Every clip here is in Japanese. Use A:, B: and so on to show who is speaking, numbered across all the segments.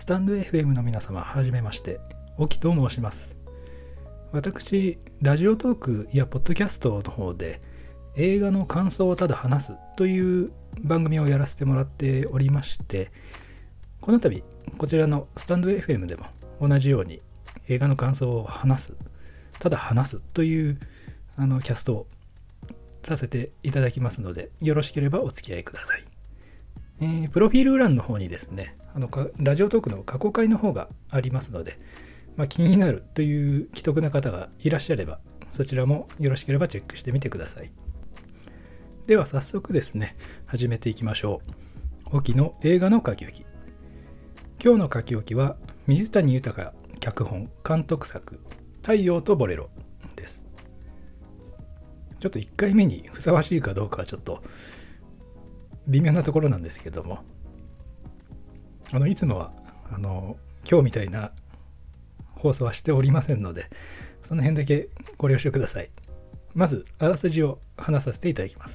A: スタンド FM の皆様、はじめまして、沖と申します。私、ラジオトークやポッドキャストの方で映画の感想をただ話すという番組をやらせてもらっておりまして、この度、こちらのスタンド FM でも同じように映画の感想をただ話すというキャストをさせていただきますので、よろしければお付き合いください。プロフィール欄の方にですね、ラジオトークの過去回の方がありますので、気になるという既得な方がいらっしゃれば、そちらもよろしければチェックしてみてください。では早速ですね、始めていきましょう。沖の映画の書き置き。今日の書き置きは、水谷豊脚本監督作、太陽とボレロです。ちょっと1回目にふさわしいかどうかはちょっと微妙なところなんですけども、いつもは今日みたいな放送はしておりませんので、その辺だけご了承ください。まずあらすじを話させていただきます。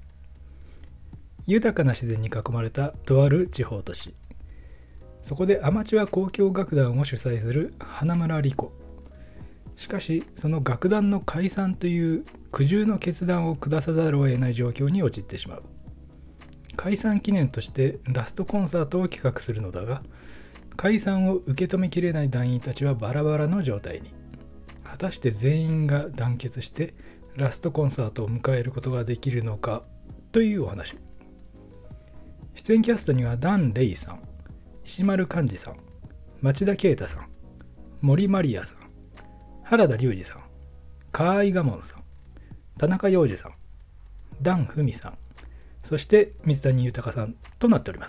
A: 豊かな自然に囲まれたとある地方都市、そこでアマチュア交響楽団を主催する花村莉子。しかしその楽団の解散という苦渋の決断を下さざるを得ない状況に陥ってしまう。解散記念としてラストコンサートを企画するのだが、解散を受け止めきれない団員たちはバラバラの状態に。果たして全員が団結してラストコンサートを迎えることができるのかというお話。出演キャストにはダン・レイさん、石丸幹二さん、町田啓太さん、森マリアさん、原田龍二さん、河合我門さん、田中洋次さん、ダン・フミさん、そして水谷豊さんとなっております。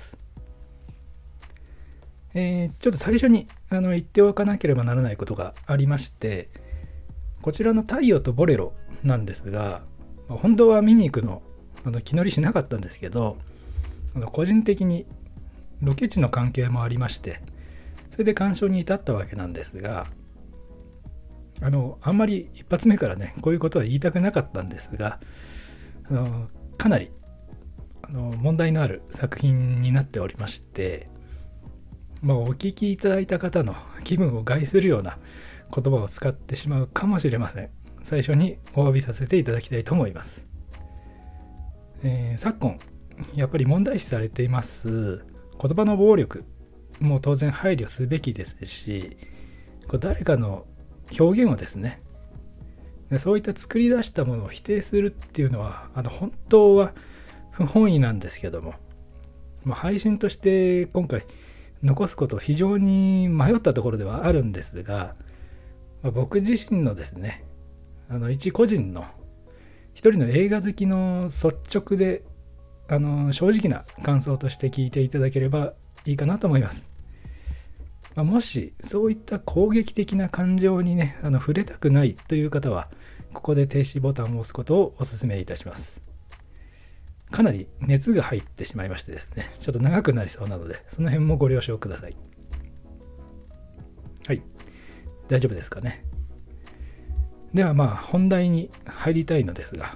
A: ちょっと最初に言っておかなければならないことがありまして、こちらの太陽とボレロなんですが、本当は見に行くの気乗りしなかったんですけど、個人的にロケ地の関係もありまして、それで鑑賞に至ったわけなんですが、あんまり一発目からねこういうことは言いたくなかったんですが、かなり問題のある作品になっておりまして、お聞きいただいた方の気分を害するような言葉を使ってしまうかもしれません。最初にお詫びさせていただきたいと思います。昨今やっぱり問題視されています言葉の暴力も当然配慮すべきですし、誰かの表現をですね、そういった作り出したものを否定するっていうのは本当は不本意なんですけども、配信として今回残すことを非常に迷ったところではあるんですが、僕自身のですね、一個人の一人の映画好きの率直で正直な感想として聞いていただければいいかなと思います。もしそういった攻撃的な感情にね触れたくないという方は、ここで停止ボタンを押すことをお勧めいたします。かなり熱が入ってしまいましてですね、ちょっと長くなりそうなので、その辺もご了承ください。はい、大丈夫ですかね。では本題に入りたいのですが、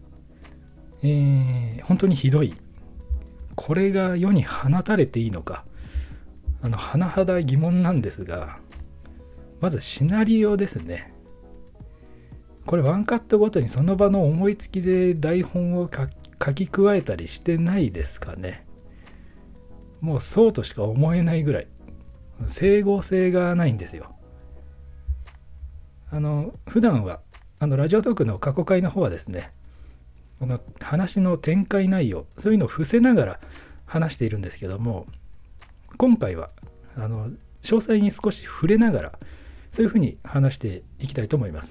A: 本当にひどい、これが世に放たれていいのか甚だ疑問なんですが、まずシナリオですね。これワンカットごとにその場の思いつきで台本を書き加えたりしてないですかね。もうそうとしか思えないぐらい整合性がないんですよ。普段はラジオトークの過去回の方はですね、話の展開内容、そういうのを伏せながら話しているんですけども、今回は詳細に少し触れながらそういうふうに話していきたいと思います。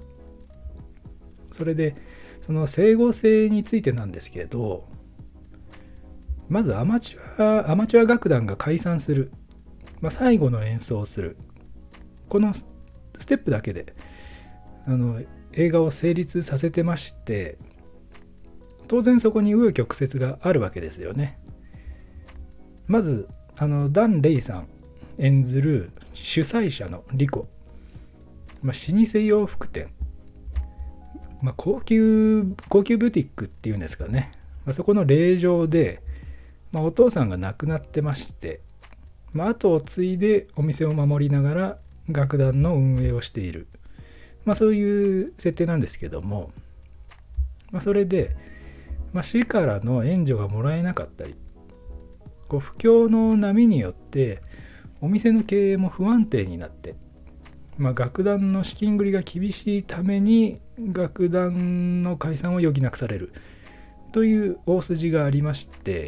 A: それでその整合性についてなんですけど、まずアマチュア楽団が解散する、最後の演奏をする、このステップだけで映画を成立させてまして、当然そこに紆余曲折があるわけですよね。まずダン・レイさん演ずる主催者のリコ、老舗洋服店、高級ブティックっていうんですかね、そこの令嬢で、お父さんが亡くなってまして、 後を継いでお店を守りながら楽団の運営をしている、そういう設定なんですけども、それで、市からの援助がもらえなかったり、不況の波によってお店の経営も不安定になって、楽団の資金繰りが厳しいために楽団の解散を余儀なくされるという大筋がありまして、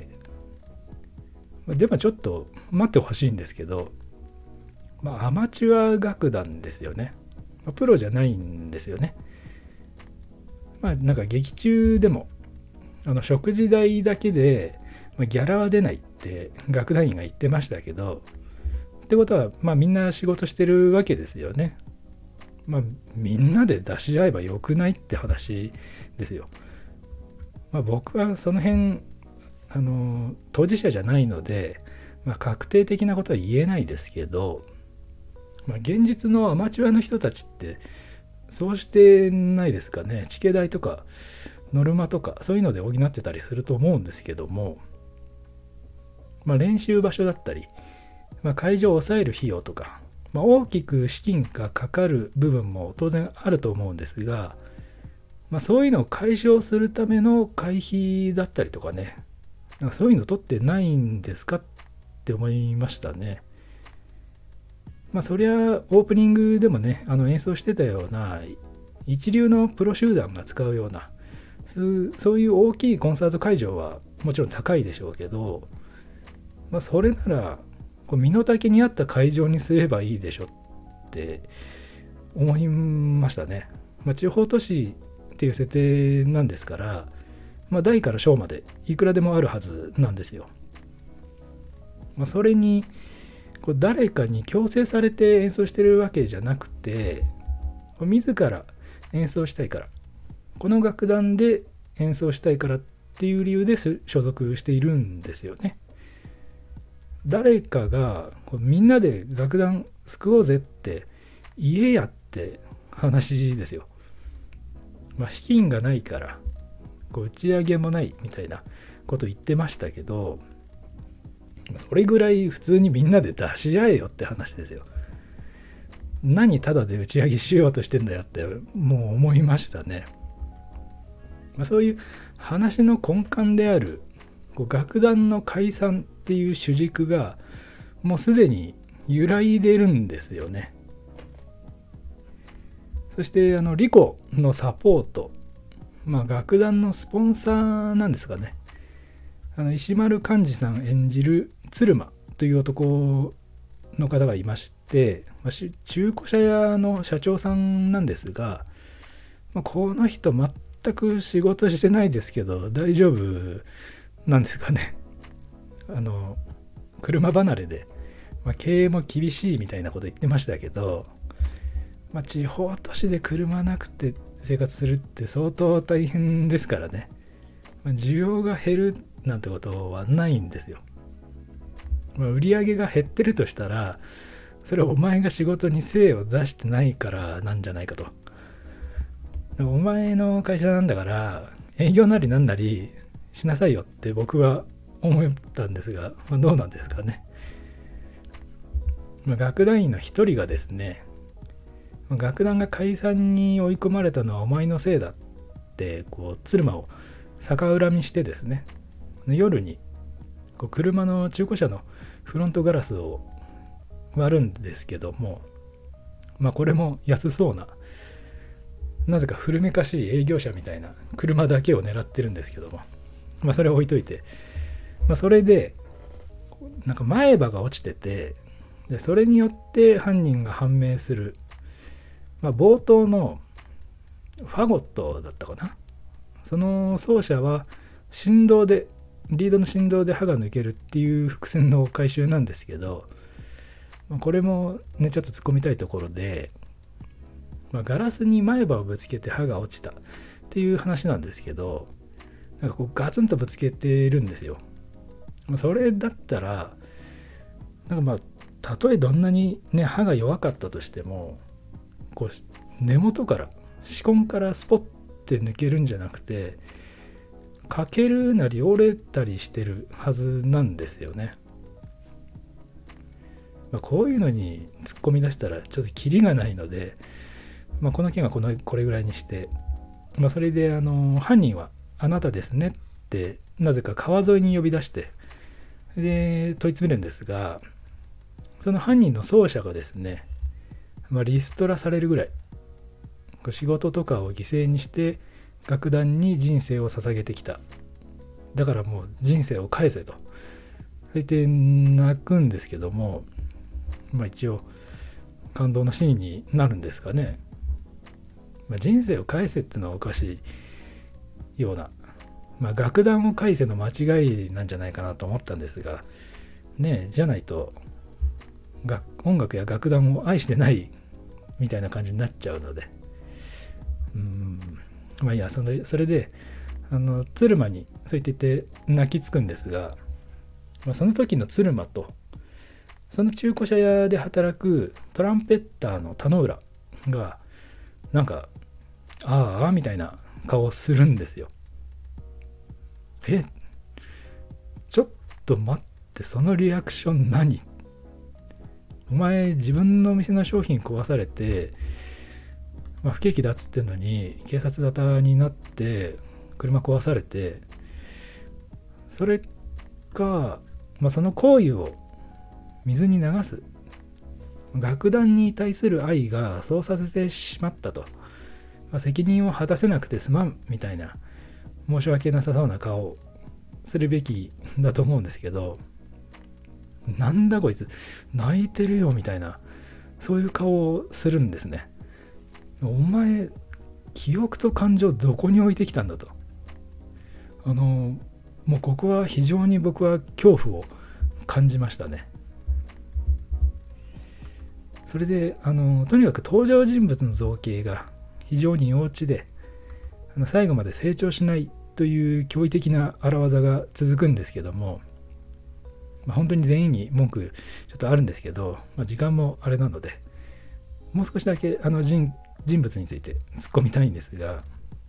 A: でもちょっと待ってほしいんですけど、アマチュア楽団ですよね。プロじゃないんですよね。なんか劇中でも食事代だけでギャラは出ないって楽団員が言ってましたけど、ってことはみんな仕事してるわけですよね。みんなで出し合えばよくないって話ですよ。僕はその辺当事者じゃないので、確定的なことは言えないですけど、現実のアマチュアの人たちってそうしてないですかね。チケ代とかノルマとかそういうので補ってたりすると思うんですけども、練習場所だったり、会場を抑える費用とか、大きく資金がかかる部分も当然あると思うんですが、そういうのを解消するための会費だったりとかね、そういうの取ってないんですかって思いましたね。そりゃオープニングでもね演奏してたような一流のプロ集団が使うようなそういう大きいコンサート会場はもちろん高いでしょうけど、それなら身の丈に合った会場にすればいいでしょって思いましたね。地方都市っていう設定なんですから、大から小までいくらでもあるはずなんですよ。それに誰かに強制されて演奏してるわけじゃなくて、自ら演奏したいから、この楽団で演奏したいからっていう理由で所属しているんですよね。誰かがみんなで楽団救おうぜって言えやって話ですよ。資金がないから打ち上げもないみたいなこと言ってましたけど、それぐらい普通にみんなで出し合えよって話ですよ。何ただで打ち上げしようとしてんだよってもう思いましたね。そういう話の根幹である楽団の解散っていう主軸がもうすでに揺らいでるんですよね。そしてリコのサポート、楽団のスポンサーなんですかね。石丸幹二さん演じる鶴間という男の方がいまして、中古車屋の社長さんなんですが、この人全く仕事してないですけど大丈夫なんですかね。車離れで、経営も厳しいみたいなこと言ってましたけど、地方都市で車なくて生活するって相当大変ですからね。需要が減るなんてことはないんですよ。売り上げが減ってるとしたら、それはお前が仕事に精を出してないからなんじゃないかと。お前の会社なんだから営業なりなんなりしなさいよって僕は思ったんですが、どうなんですかね。楽団員の一人がですね、楽団が解散に追い込まれたのはお前のせいだって鶴間を逆恨みしてですね、夜に車の中古車のフロントガラスを割るんですけども、これも安そうな、なぜか古めかしい営業車みたいな車だけを狙ってるんですけども、それは置いといて、それでなんか前歯が落ちてて、でそれによって犯人が判明する、冒頭のファゴットだったかな、その奏者は振動でリードの振動で歯が抜けるっていう伏線の回収なんですけど、これもねちょっと突っ込みたいところで、ガラスに前歯をぶつけて歯が落ちたっていう話なんですけど、なんかガツンとぶつけてるんですよ。それだったらなんかたとえどんなにね歯が弱かったとしても、根元から歯根からスポッて抜けるんじゃなくて、欠けるなり折れたりしてるはずなんですよね。 こういうのに突っ込み出したらちょっとキリがないので、この件はこれぐらいにして、それで犯人はあなたですねってなぜか川沿いに呼び出してで問い詰めるんですが、その犯人の奏者がですね、リストラされるぐらい仕事とかを犠牲にして楽団に人生を捧げてきた、だからもう人生を返せと、それで泣くんですけども、一応感動のシーンになるんですかね。人生を返せってのはおかしいような、楽団を返せの間違いなんじゃないかなと思ったんですがね。じゃないと音楽や楽団を愛してないみたいな感じになっちゃうので、いや、それで鶴間にそう言って泣きつくんですが、その時の鶴間とその中古車屋で働くトランペッターの田之浦がなんかああみたいな顔をするんですよ。ちょっと待って、そのリアクション何？お前自分の店の商品壊されて、不景気だっつってんのに警察沙汰になって車壊されて、それか、その行為を水に流す、楽団に対する愛がそうさせてしまったと、責任を果たせなくてすまんみたいな申し訳なさそうな顔をするべきだと思うんですけど、なんだこいつ泣いてるよみたいな、そういう顔をするんですね。お前記憶と感情どこに置いてきたんだと。もうここは非常に僕は恐怖を感じましたね。それでとにかく登場人物の造形が非常に幼稚で、最後まで成長しないという驚異的な荒技が続くんですけども、本当に全員に文句ちょっとあるんですけど、時間もあれなのでもう少しだけ人物について突っ込みたいんですが、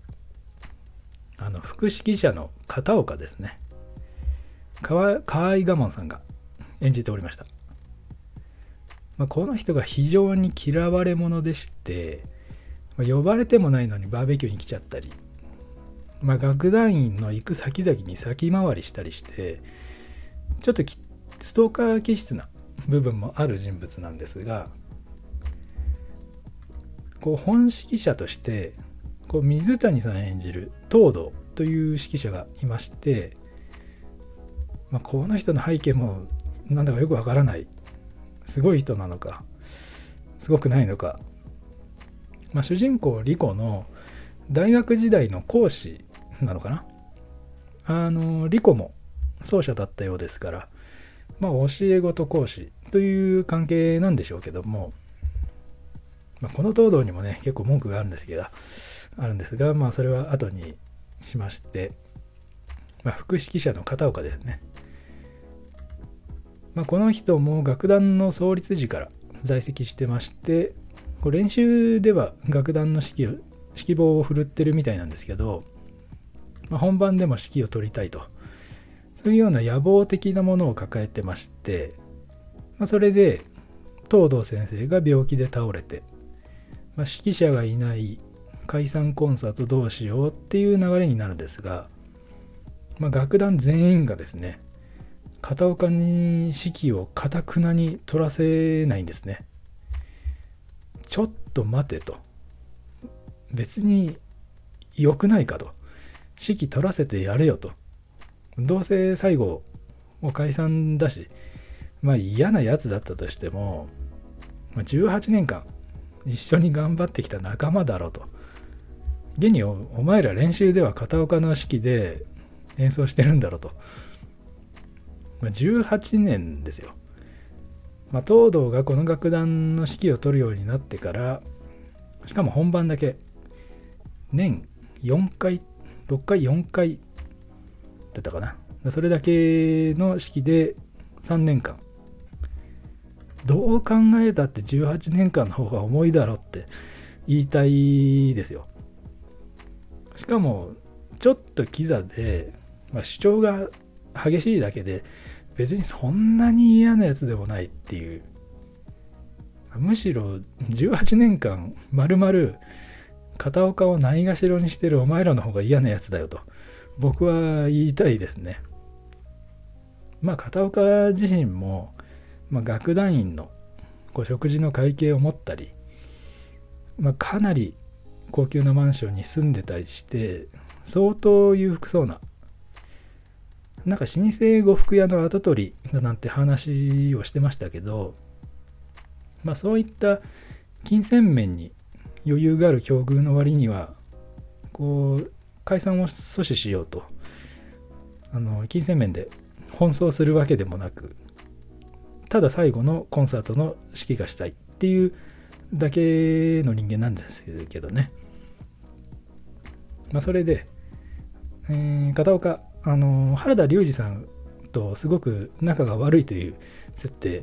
A: 副指揮者の片岡ですね、河合我門さんが演じておりました。この人が非常に嫌われ者でして、呼ばれてもないのにバーベキューに来ちゃったり、楽団員の行く先々に先回りしたりして、ちょっとストーカー気質な部分もある人物なんですが、本指揮者として水谷さん演じる東堂という指揮者がいまして、この人の背景もなんだかよくわからない、すごい人なのかすごくないのか、主人公リコの大学時代の講師なのかな。リコも奏者だったようですから、教え子と講師という関係なんでしょうけども、この東堂にもね結構文句があるんですが、それは後にしまして、副指揮者の片岡ですね。この人も楽団の創立時から在籍してまして、練習では楽団の指揮棒を振るってるみたいなんですけど、本番でも指揮を取りたいと、そういうような野望的なものを抱えてまして、それで東堂先生が病気で倒れて、指揮者がいない解散コンサートどうしようっていう流れになるんですが、楽団全員がですね、片岡に指揮を堅くなに取らせないんですね。ちょっと待てと、別に良くないかと、指揮取らせてやれよと、どうせ最後お解散だし、嫌なやつだったとしても、18年間一緒に頑張ってきた仲間だろうと、現に お前ら練習では片岡の指揮で演奏してるんだろうと、18年ですよ。東堂がこの楽団の指揮を取るようになってから、しかも本番だけ年4回6回4回だったかな、それだけの指揮で3年間、どう考えたって18年間の方が重いだろって言いたいですよ。しかもちょっとキザで、主張が激しいだけで別にそんなに嫌なやつでもないっていうむしろ18年間丸々片岡をないがしろにしてるお前らの方が嫌なやつだよと僕は言いたいですね。片岡自身も、楽団員の食事の会計を持ったり、かなり高級なマンションに住んでたりして相当裕福そうな、老舗呉服屋の跡取りだなんて話をしてましたけど、そういった金銭面に余裕がある境遇の割には解散を阻止しようと金銭面で奔走するわけでもなく、ただ最後のコンサートの指揮がしたいっていうだけの人間なんですけどね。それで、片岡原田龍二さんとすごく仲が悪いという設定。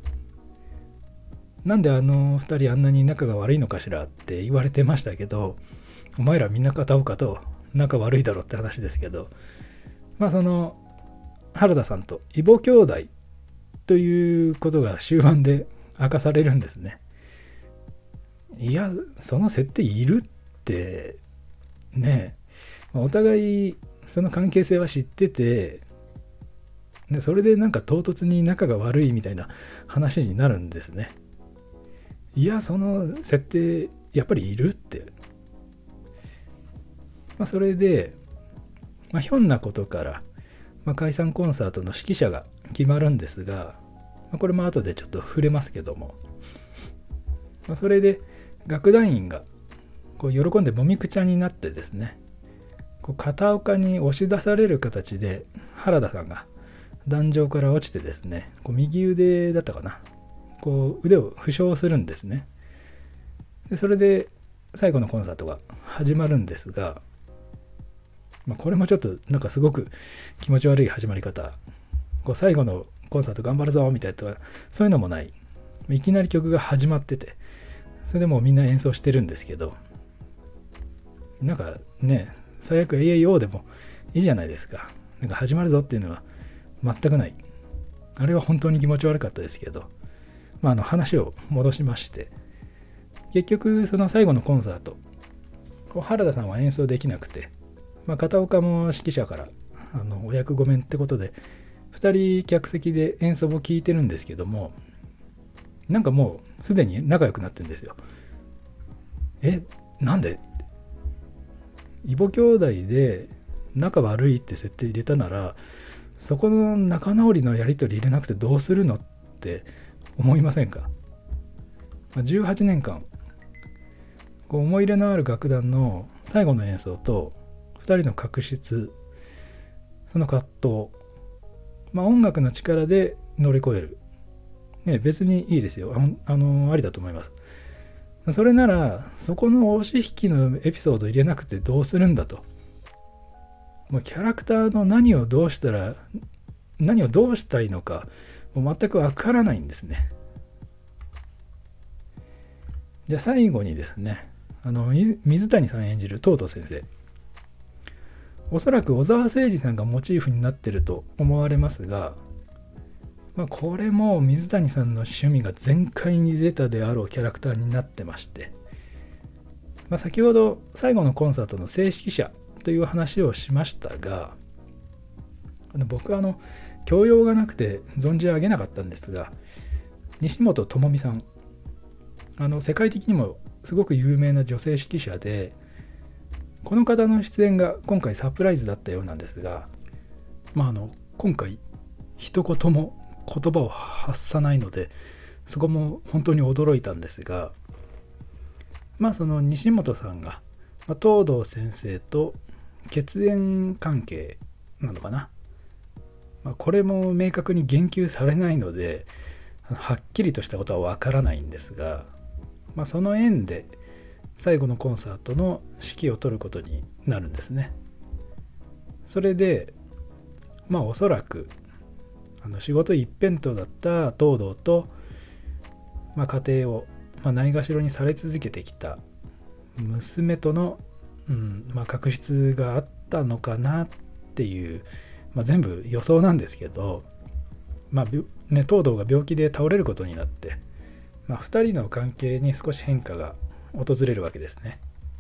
A: なんで2人あんなに仲が悪いのかしらって言われてましたけど、お前らみんな片岡と仲悪いだろって話ですけど、その原田さんと異母兄弟ということが終盤で明かされるんですね。いや、その設定いるってね、お互いその関係性は知ってて、でそれで唐突に仲が悪いみたいな話になるんですね。いや、その設定やっぱりいるって。それで、ひょんなことから、解散コンサートの指揮者が決まるんですが、これも後でちょっと触れますけども、それで楽団員が喜んでもみくちゃになってですね、片岡に押し出される形で原田さんが壇上から落ちてですね、右腕だったかな、腕を負傷するんですね。でそれで最後のコンサートが始まるんですが、これもちょっとすごく気持ち悪い始まり方、最後のコンサート頑張るぞみたいな、そういうのもない、いきなり曲が始まってて、それでもうみんな演奏してるんですけど、最悪 AAO でもいいじゃないですか。始まるぞっていうのは全くない。あれは本当に気持ち悪かったですけど、話を戻しまして、結局その最後のコンサート、原田さんは演奏できなくて、片岡も指揮者からお役御免ってことで2人客席で演奏を聴いてるんですけども、もうすでに仲良くなってるんですよ。なんで異母兄弟で仲悪いって設定入れたなら、そこの仲直りのやり取り入れなくてどうするのって思いませんか。18年間思い入れのある楽団の最後の演奏と2人の確執、その葛藤、音楽の力で乗り越える、別にいいですよ。ありだと思います。それならそこの押し引きのエピソード入れなくてどうするんだと。キャラクターの何をどうしたいのかもう全くわからないんですね。じゃあ最後にですね、水谷さん演じるトート先生、おそらく小沢誠二さんがモチーフになってると思われますが、これも水谷さんの趣味が全開に出たであろうキャラクターになってまして、先ほど最後のコンサートの正式者という話をしましたが、僕は教養がなくて存じ上げなかったんですが、西本智美さん、世界的にもすごく有名な女性指揮者で、この方の出演が今回サプライズだったようなんですが、今回一言も言葉を発さないので、そこも本当に驚いたんですが、その西本さんが、東堂先生と血縁関係なのかな、これも明確に言及されないのではっきりとしたことはわからないんですが、その縁で最後のコンサートの指揮を執ることになるんですね。それでおそらく仕事一辺倒だった東堂と、家庭を、ないがしろにされ続けてきた娘との、確執があったのかなっていう、全部予想なんですけど、東堂が病気で倒れることになって、 2人の関係に少し変化が訪れるわけですね。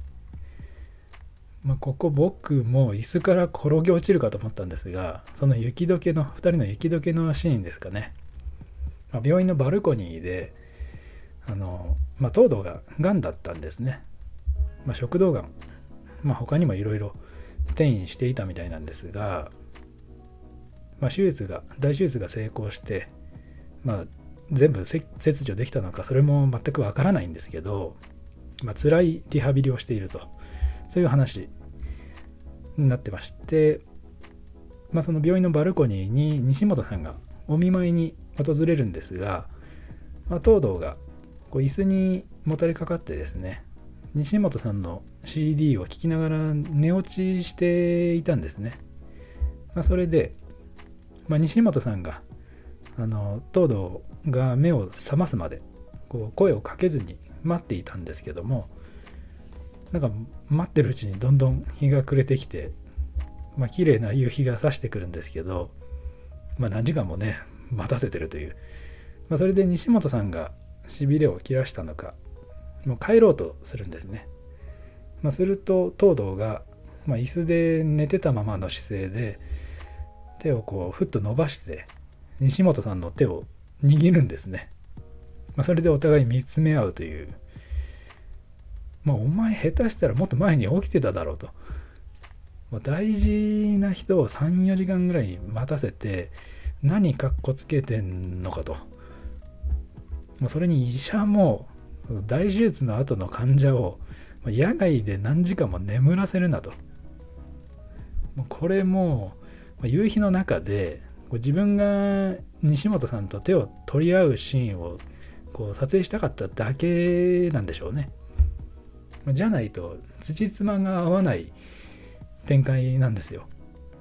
A: ここ僕も椅子から転げ落ちるかと思ったんですが、その2人の雪解けのシーンですかね。病院のバルコニーで東堂ががんだったんですね。食道がん、他にもいろいろ転移していたみたいなんですが、大手術が成功して、全部切除できたのかそれも全くわからないんですけど、辛いリハビリをしていると、そういう話になってまして、その病院のバルコニーに西本さんがお見舞いに訪れるんですが、東堂が椅子にもたれかかってですね、西本さんの CD を聴きながら寝落ちしていたんですね。それで、西本さんが東堂が目を覚ますまで声をかけずに待っていたんですけども、待ってるうちにどんどん日が暮れてきて、綺麗な夕日が差してくるんですけど、何時間もね待たせてるという、それで西本さんがしびれを切らしたのか、もう帰ろうとするんですね。すると東堂が、椅子で寝てたままの姿勢で手をふっと伸ばして西本さんの手を握るんですね。それでお互い見つめ合うという、お前下手したらもっと前に起きてただろうと、大事な人を 3,4 時間ぐらい待たせて何かっこつけてんのかと、それに医者も大手術の後の患者を野外で何時間も眠らせるなと。これも夕日の中で自分が西本さんと手を取り合うシーンを撮影したかっただけなんでしょうね。じゃないと辻褄が合わない展開なんですよ。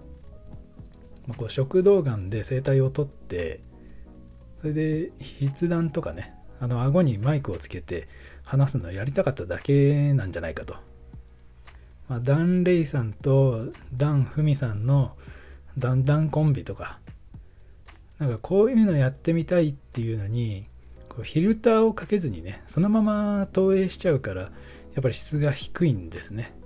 A: 食道がんで声帯を取って、それで筆談とかね、顎にマイクをつけて話すのをやりたかっただけなんじゃないかと。ダン・レイさんとダン・フミさんのダンダンコンビとか、こういうのやってみたいっていうのにフィルターをかけずにね、そのまま投影しちゃうから、やっぱり質が低いんですね。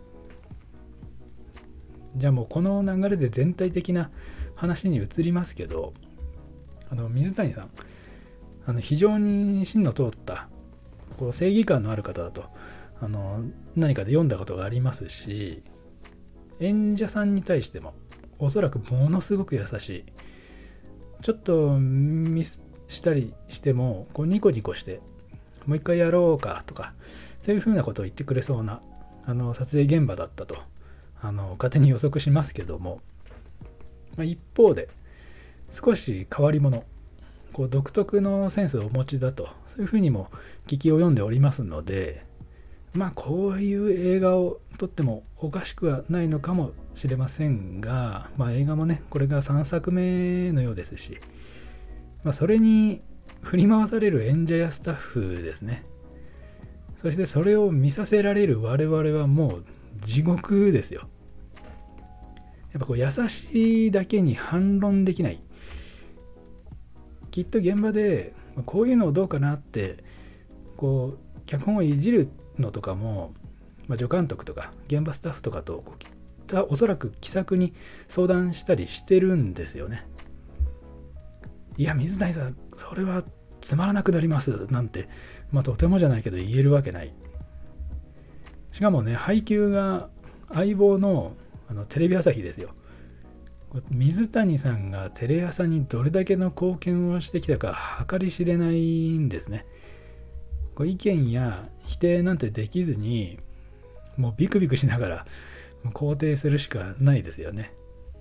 A: じゃあもうこの流れで全体的な話に移りますけど、水谷さん、非常に芯の通った正義感のある方だと何かで読んだことがありますし、演者さんに対してもおそらくものすごく優しい。ちょっとミスしたりしてもニコニコしてもう一回やろうかとか、そういうふうなことを言ってくれそうな撮影現場だったと勝手に予測しますけども、一方で少し変わり者、独特のセンスをお持ちだと、そういうふうにも聞きを読んでおりますので、こういう映画を撮ってもおかしくはないのかもしれませんが、映画もねこれが3作目のようですし、それに振り回される演者やスタッフですね。そしてそれを見させられる我々はもう地獄ですよ。やっぱ優しいだけに反論できない。きっと現場でこういうのをどうかなって脚本をいじるのとかも、助監督とか現場スタッフとかとおそらく気さくに相談したりしてるんですよね。いや水谷さんそれはつまらなくなりますなんて、とてもじゃないけど言えるわけない。しかもね、配給が相棒のテレビ朝日ですよ。水谷さんがテレ朝にどれだけの貢献をしてきたか計り知れないんですね。意見や否定なんてできずに、もうビクビクしながら肯定するしかないですよね。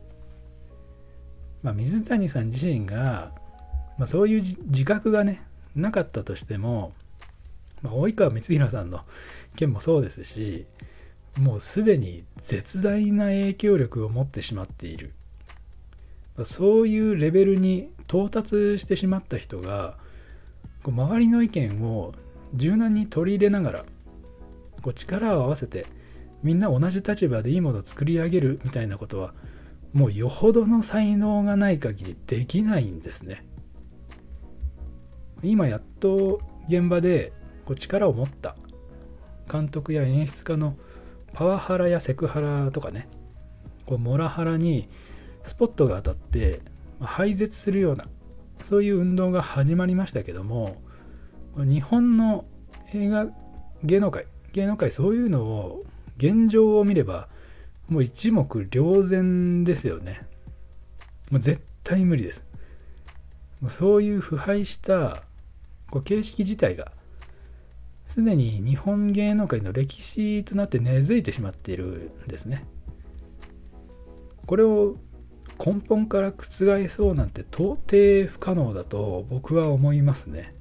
A: 水谷さん自身が、そういう自覚がねなかったとしても、及川光弘さんの件もそうですし、もうすでに絶大な影響力を持ってしまっている、そういうレベルに到達してしまった人が周りの意見を柔軟に取り入れながら力を合わせてみんな同じ立場でいいものを作り上げるみたいなことは、もうよほどの才能がない限りできないんですね。今やっと現場でこう力を持った監督や演出家のパワハラやセクハラとかね、こうモラハラにスポットが当たって廃絶するような、そういう運動が始まりましたけども、日本の映画芸能界そういうのを現状を見ればもう一目瞭然ですよね。もう絶対無理です。もうそういう腐敗したこう形式自体がすでに日本芸能界の歴史となって根付いてしまっているんですね。これを根本から覆そうなんて到底不可能だと僕は思いますね。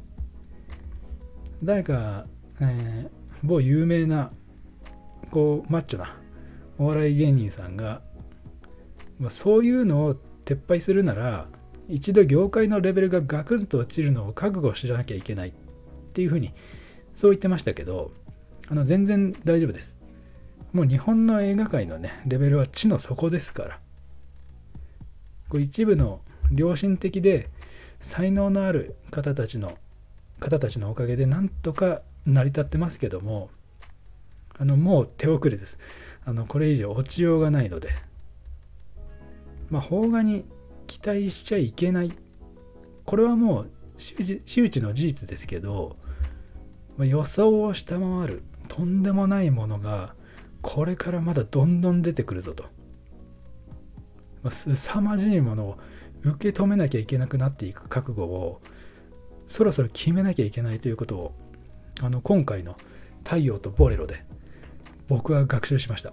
A: 誰か、某有名なこうマッチョなお笑い芸人さんが、そういうのを撤廃するなら一度業界のレベルがガクンと落ちるのを覚悟しなきゃいけないっていうふうにそう言ってましたけど、全然大丈夫です。もう日本の映画界のねレベルは地の底ですから、こう一部の良心的で才能のある方たちのおかげでなんとか成り立ってますけども、もう手遅れです。これ以上落ちようがないので、邦画に期待しちゃいけない、これはもう周知の事実ですけど、予想を下回るとんでもないものがこれからまだどんどん出てくるぞと、凄まじいものを受け止めなきゃいけなくなっていく覚悟をそろそろ決めなきゃいけないということを今回の太陽とボレロで僕は学習しました。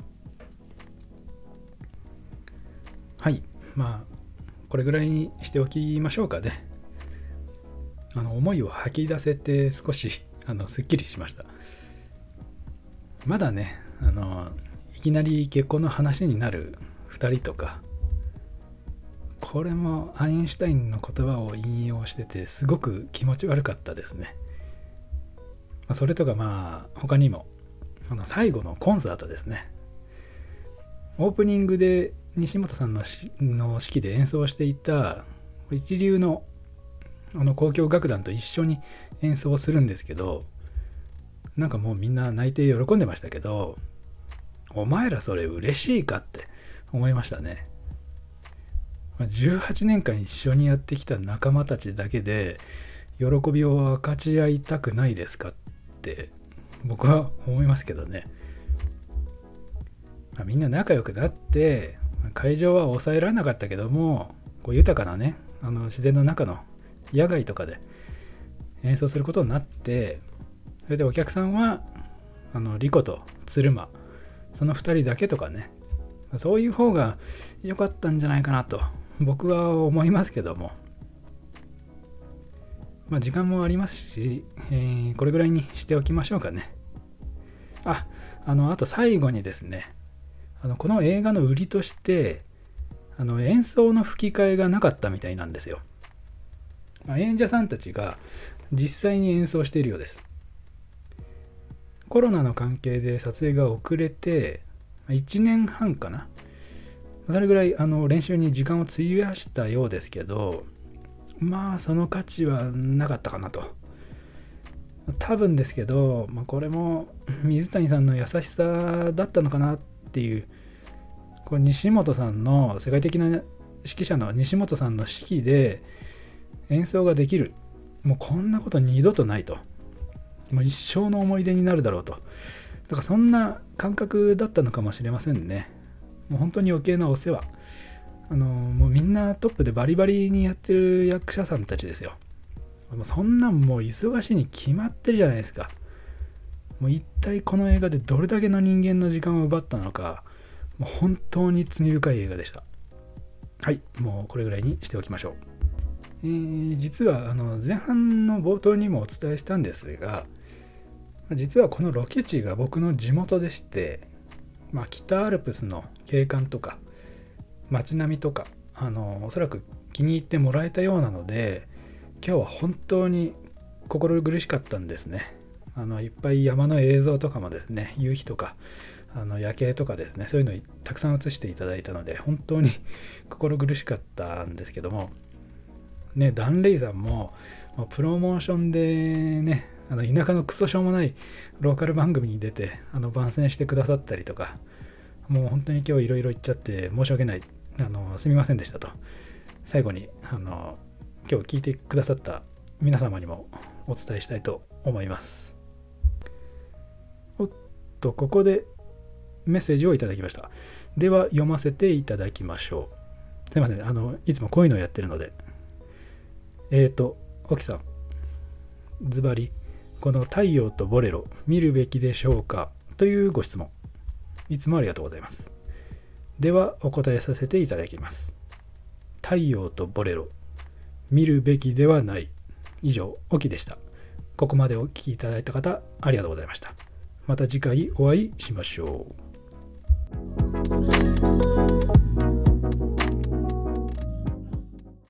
A: はい、これぐらいにしておきましょうかね。思いを吐き出せて少しすっきりしました。まだねいきなり結婚の話になる2人とか、これもアインシュタインの言葉を引用しててすごく気持ち悪かったですね。それとか他にも最後のコンサートですね。オープニングで西本さんの指揮で演奏していた一流の交響楽団と一緒に演奏するんですけど、なんかもうみんな泣いて喜んでましたけど、お前らそれ嬉しいかって思いましたね。18年間一緒にやってきた仲間たちだけで喜びを分かち合いたくないですかって僕は思いますけどね。みんな仲良くなって会場は抑えられなかったけども、こう豊かなね自然の中の野外とかで演奏することになって、それでお客さんはリコと鶴間その2人だけとかね、そういう方が良かったんじゃないかなと僕は思いますけども、時間もありますし、これぐらいにしておきましょうかね。あと最後にですね、この映画の売りとして演奏の吹き替えがなかったみたいなんですよ。演者さんたちが実際に演奏しているようです。コロナの関係で撮影が遅れて1年半かな、それぐらい練習に時間を費やしたようですけど、その価値はなかったかなと。多分ですけど、これも水谷さんの優しさだったのかなっていう、これ西本さんの世界的な指揮者の西本さんの指揮で演奏ができる、もうこんなこと二度とないと、もう一生の思い出になるだろうと、だからそんな感覚だったのかもしれませんね。もう本当に余計なお世話、もうみんなトップでバリバリにやってる役者さんたちですよ。そんなんもう忙しいに決まってるじゃないですか。もう一体この映画でどれだけの人間の時間を奪ったのか、もう本当に罪深い映画でした。はい、もうこれぐらいにしておきましょう。実は前半の冒頭にもお伝えしたんですが、実はこのロケ地が僕の地元でして、北アルプスの景観とか街並みとかおそらく気に入ってもらえたようなので、今日は本当に心苦しかったんですね。いっぱい山の映像とかもですね、夕日とか夜景とかですね、そういうのをたくさん映していただいたので本当に心苦しかったんですけども、 ね、ダン・レイさんもプロモーションでね、田舎のクソしょうもないローカル番組に出て番宣してくださったりとか、もう本当に今日いろいろ言っちゃって申し訳ない、すみませんでしたと、最後に今日聞いてくださった皆様にもお伝えしたいと思います。おっと、ここでメッセージをいただきました。では読ませていただきましょう。すいません、いつもこういうのをやってるので。沖さん、ズバリこの太陽とボレロ見るべきでしょうかというご質問、いつもありがとうございます。ではお答えさせていただきます。太陽とボレロ見るべきではない。以上、沖でした。ここまでお聞きいただいた方ありがとうございました。また次回お会いしましょう。